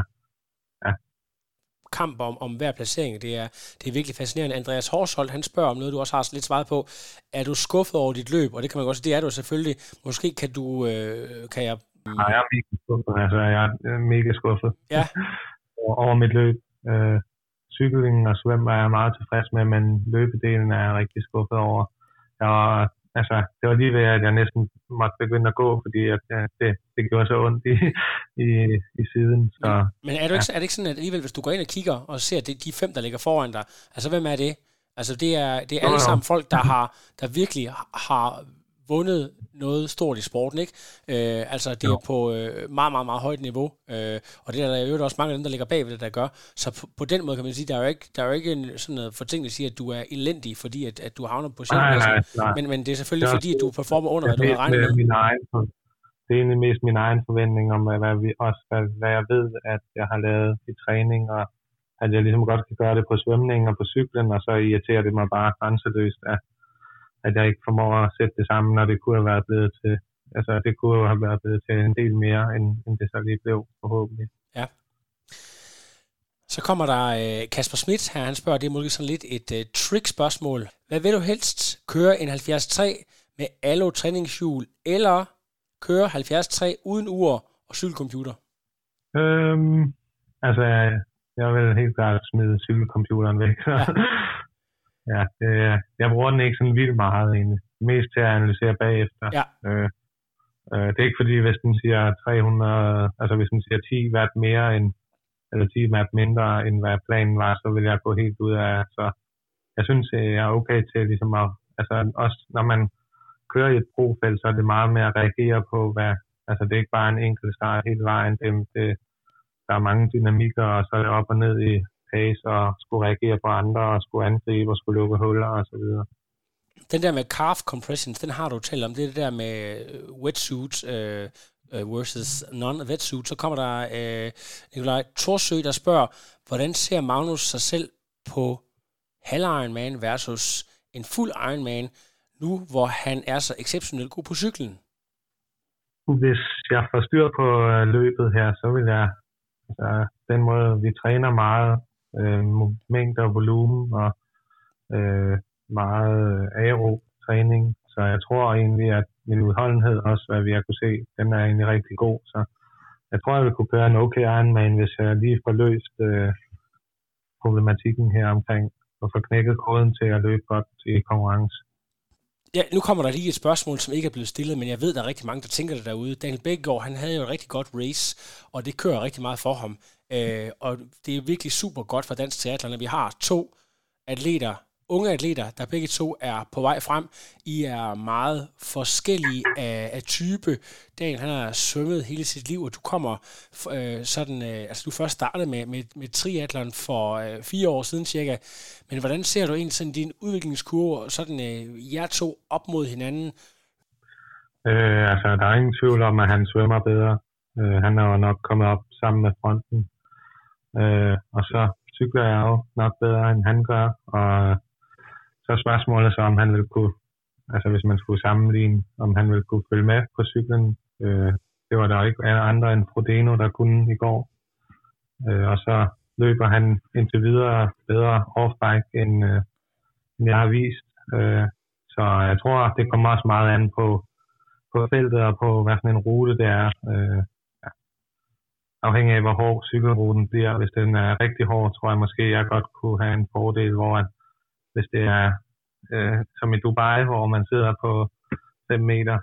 kamp om, om hver placering. Det er, det er virkelig fascinerende. Andreas Horsholt, han spørger om noget, du også har lidt svaret på. Er du skuffet over dit løb? Og det kan man godt sige, det er du selvfølgelig. Måske kan du, øh, kan jeg... nej, jeg er mega skuffet, altså jeg er mega skuffet Ja. over, over mit løb. Øh, cyklingen og svøm er jeg meget tilfreds med, men løbedelen er jeg rigtig skuffet over. Jeg var, altså, det var lige ved, at jeg næsten måtte begynde at gå, fordi at, ja, det, det gjorde så ondt i, i, i siden. Så, Men er, du ikke, er det ikke sådan, at alligevel, hvis du går ind og kigger og ser det, de fem, der ligger foran dig, altså hvem er det? Altså det er, det er alle sammen folk, der har, der virkelig har vundet noget stort i sporten, ikke? Øh, altså det er på øh, meget, meget, meget højt niveau, øh, og det er der jo også mange af dem, der ligger bagved det, der gør. Så på, på den måde kan man sige, der er jo ikke, der er jo ikke en, sådan noget for ting, der siger, at du er elendig, fordi at, at du havner på sjældpladsen. Men, men det er selvfølgelig det er fordi, at du performer under, hvad du mest har regnet med. Min egen, det er egentlig mest min egen forventning om, hvad, vi, også, hvad, hvad jeg ved, at jeg har lavet i træning, og at jeg ligesom godt kan gøre det på svømning og på cyklen, og så irriterer det mig bare grænseløst, at at jeg ikke formår at sætte det sammen, når det kunne have været blevet til, altså det kunne have været blevet til en del mere, end, end det så lige blev, forhåbentlig. Ja. Så kommer der øh, Kasper Schmidt her, han spørger, det er måske sådan lidt et øh, trick-spørgsmål. Hvad vil du helst? Køre en halvfjerds tre med Allo træningshjul, eller køre halvfjerds tre uden ur og cykelcomputer? Øhm, altså, jeg, jeg vil helt klart smide cykelcomputeren væk. Ja. Ja, det, jeg bruger den ikke sådan vildt meget egentlig. Mest til at analysere bagefter. Ja. Øh, øh, det er ikke fordi, hvis den siger tre hundrede, altså hvis den siger ti watt mere end, eller ti watt mindre end hvad planen var, så vil jeg gå helt ud af. Så jeg synes, jeg er okay til ligesom at, altså også når man kører i et profelt, så er det meget mere at reagere på, hvad, altså det er ikke bare en enkelt start hele vejen. Det, det, der er mange dynamikker, og så er det op og ned i pace, og skulle reagere på andre, og skulle angribe, og skulle lukke huller, og så videre. Den der med calf compressions, den har du talt om. Det er det der med wetsuit øh, versus non-wetsuit. Så kommer der øh, Nikolaj Thorsø, der spørger, hvordan ser Magnus sig selv på halv Ironman versus en fuld Ironman, nu hvor han er så exceptionelt god på cyklen? Hvis jeg får styr på løbet her, så vil jeg, altså den måde, vi træner meget, øh, mængder og volumen og øh, meget aerob træning. Så jeg tror egentlig, at min udholdenhed også, hvad vi har kunne se, den er egentlig rigtig god. Så jeg tror, jeg vil kunne køre en okay Ironman, hvis jeg lige får løst øh, problematikken her omkring og få knækket koden til at løbe godt i konkurrence. Ja, nu kommer der lige et spørgsmål, som ikke er blevet stillet, men jeg ved, der er rigtig mange, der tænker det derude. Daniel Bækkegaard, han havde jo et rigtig godt race, og det kører rigtig meget for ham. Øh, og det er virkelig super godt for dansk triathlon, at vi har to atleter, unge atleter, der begge to er på vej frem. I er meget forskellige af, af type. Daniel, han har svømmet hele sit liv, og du kommer øh, sådan, øh, altså du først startede med, med, med triathlon for øh, fire år siden cirka. Men hvordan ser du egentlig sådan din udviklingskurve, sådan øh, jer to op mod hinanden? Øh, altså, der er ingen tvivl om, at han svømmer bedre. Øh, han er jo nok kommet op sammen med fronten. Øh, og så cykler jeg jo nok bedre, end han gør. Og så er spørgsmålet så, om han vil kunne, altså hvis man skulle sammenligne, om han vil kunne følge med på cyklen. Øh, det var der ikke andre end Frodeno, der kunne i går. Øh, og så løber han indtil videre bedre off-bike, end, øh, end jeg har vist. Øh, så jeg tror, det kommer også meget an på, på feltet og på, hvad for en rute det er. Øh, ja. Afhængig af, hvor hård cykelruten bliver. Hvis den er rigtig hård, tror jeg måske, jeg godt kunne have en fordel, hvor at, hvis det er øh, som i Dubai, hvor man sidder på fem meter.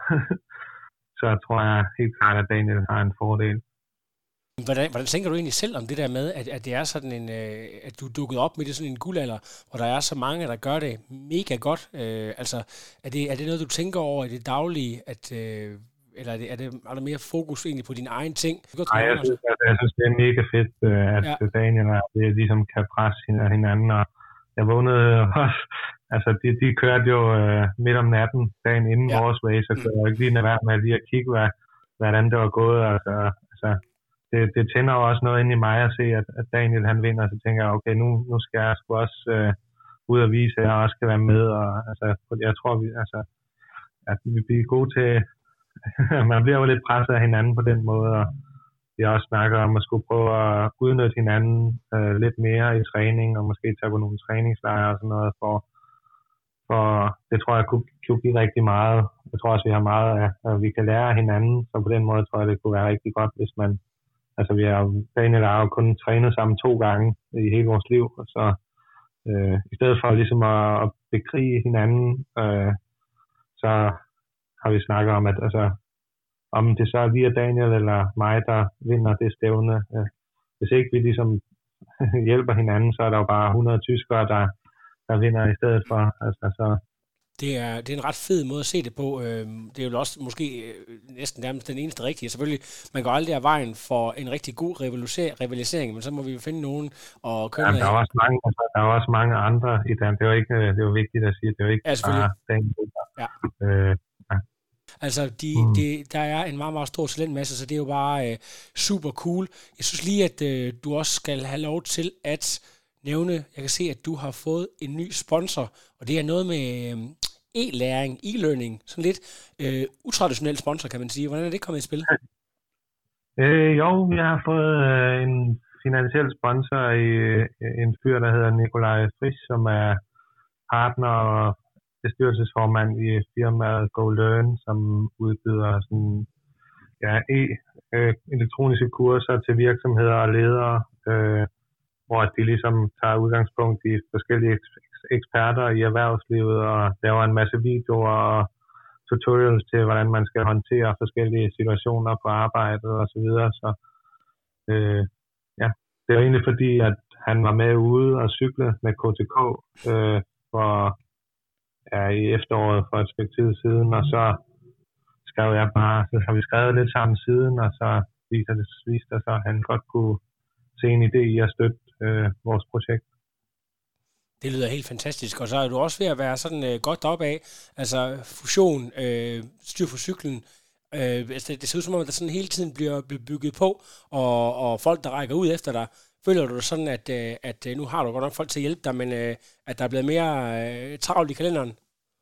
Så jeg tror jeg helt klart, at Daniel har en fordel. Hvordan, hvordan tænker du egentlig selv om det der med, at, at det er sådan en, øh, at du er dukket op med det sådan en guldalder, hvor der er så mange, der gør det mega godt? Øh, altså, er det, er det noget, du tænker over i det daglige, at, øh, eller er, det, er, det, er der mere fokus egentlig på dine egne ting? Nej, jeg synes, altså, jeg synes, det er mega fedt, at ja. Daniel og det ligesom kan presse hinanden, og jeg vågnede også, altså de, de kørte jo øh, midt om natten, dagen inden ja. vores race, så kunne jeg jo ikke lige være med lige at kigge, hvad, hvordan det var gået, altså, altså Det, det tænder jo også noget ind i mig at se, at, at Daniel han vinder, så tænker jeg, okay, nu, nu skal jeg sgu også øh, ud og vise, at jeg også skal være med, og altså, jeg tror, vi, altså, at vi bliver gode til, man bliver jo lidt presset af hinanden på den måde, og vi har også snakket om at skulle prøve at udnytte hinanden øh, lidt mere i træning, og måske tage på nogle træningslejre og sådan noget, for, for det tror jeg kunne, kunne give rigtig meget. Jeg tror også, vi har meget, at vi kan lære af hinanden, så på den måde tror jeg, det kunne være rigtig godt, hvis man Altså, vi har Daniel har jo kun trænet sammen to gange i hele vores liv, og så øh, i stedet for ligesom at, at bekrige hinanden, øh, så har vi snakket om, at altså, om det så er via Daniel eller mig, der vinder det stævne. Øh, hvis ikke vi ligesom hjælper hinanden, så er der jo bare hundrede tyskere, der, der vinder i stedet for. Altså, så Det er, det er en ret fed måde at se det på. Det er jo også måske næsten nærmest den eneste rigtige. Selvfølgelig, man går aldrig af vejen for en rigtig god rivalisering, men så må vi jo finde nogen og køre ja, der er også mange, altså, der er også mange andre i den. Det er jo ikke, det er jo vigtigt at sige, det er jo ikke ja, bare den. Ja. Øh, ja. Altså, de, mm. de, der er en meget, meget stor talentmasse, så det er jo bare øh, super cool. Jeg synes lige, at øh, du også skal have lov til at nævne, jeg kan se, at du har fået en ny sponsor, og det er noget med øh, e-læring, e-learning, sådan lidt øh, utraditionel sponsor, kan man sige. Hvordan er det kommet i spil? Øh, jo, jeg har fået øh, en finansiel sponsor i øh, en fyr, der hedder Nikolaj Frisch, som er partner og bestyrelsesformand i firmaet GoLearn, som udbyder sådan, ja, e- øh, elektroniske kurser til virksomheder og ledere, øh, hvor de ligesom tager udgangspunkt i forskellige eksperter i erhvervslivet og laver en masse videoer og tutorials til, hvordan man skal håndtere forskellige situationer på arbejdet og så videre. Så øh, ja, det er egentlig fordi, at han var med ude og cykle med K T K øh, for, ja, i efteråret for et stykke tid siden, og så skrev jeg bare, så har vi skrevet lidt sammen siden, og så viser det, viste det så, at han godt kunne se en idé i at støtte øh, vores projekt. Det lyder helt fantastisk, og så er du også ved at være sådan øh, godt deroppe af, altså fusion, øh, styr for cyklen, øh, altså, det ser ud som om, at der sådan hele tiden bliver, bliver bygget på, og, og folk, der rækker ud efter dig. Føler du sådan, at, øh, at nu har du godt nok folk til at hjælpe dig, men øh, at der er blevet mere øh, travlt i kalenderen?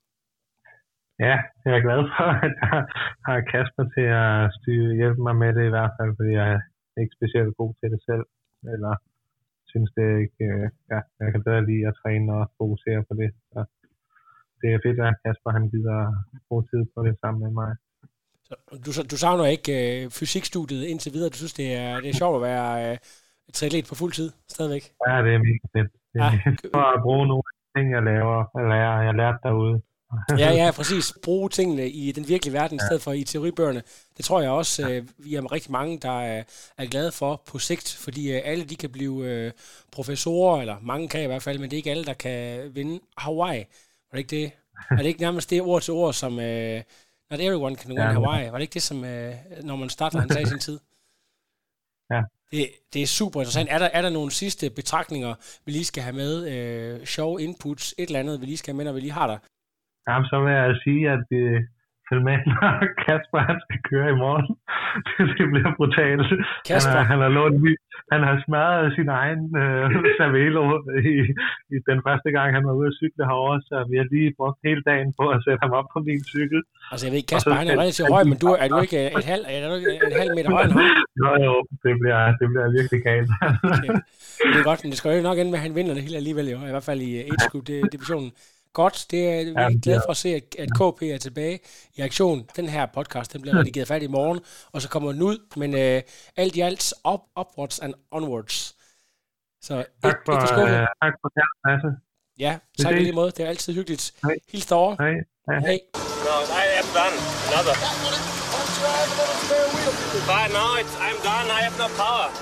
Ja, jeg er glad for, at jeg har Kasper til at styre, hjælpe mig med det i hvert fald, fordi jeg er ikke specielt god til det selv, eller synes det ikke, ja, jeg kan bedre lide at træne og fokusere på det. Så det er fedt, at Kasper han gider bruge tid på det sammen med mig. Så du, du savner ikke øh, fysikstudiet indtil videre? Du synes, det er, det er sjovt at være øh, triatlet på fuld tid stadigvæk? Ja, det er mega fedt. Det er ja. For at bruge nogle ting, jeg laver, eller jeg, jeg lærte derude. ja, ja, præcis. Bruge tingene i den virkelige verden, ja. I stedet for i teoribøgerne. Det tror jeg også, øh, vi er rigtig mange, der er, er glade for på sigt, fordi øh, alle de kan blive øh, professorer, eller mange kan i hvert fald, men det er ikke alle, der kan vinde Hawaii. Var det ikke det? Er det ikke nærmest det ord til ord, som øh, not everyone can win ja, Hawaii? Var det ikke det, som øh, når man starter, han sagde i sin tid? Ja. Det, det er super interessant. Er der, er der nogle sidste betragtninger, vi lige skal have med? Øh, show inputs, et eller andet, vi lige skal have med, når vi lige har der? Jamen, så vil jeg sige, at vi følger med, når Kasper han skal køre i morgen. Det bliver brutalt. Han har, han har, lånt, han har smadret sin egen øh, Cervelo i, i den første gang, han var ude at cykle herovre, så vi har lige brugt hele dagen på at sætte ham op på min cykel. Altså jeg ved ikke, Kasper, han er relativt høj, men du, er du ikke et halv, er du ikke en halv meter høj end ham? Jo, jo, det bliver, det bliver virkelig galt. Okay. Det er godt, men det skal jo nok ende med, at han vinder det hele alligevel, jo. I hvert fald i age group divisionen. Godt, det er vi er glade for at se, at K P er tilbage i aktion. Den her podcast, den bliver redigeret færdig i morgen, og så kommer den ud, men øh, alt i alt up, upwards and onwards. Så et, tak for, et, et øh, tak for det, Lasse. Ja, tak i lige måde. Det er altid hyggeligt. Hils derovre. Hej. Hej. Hej. No, I am done. Another. But no, it's, I'm done. I have no power.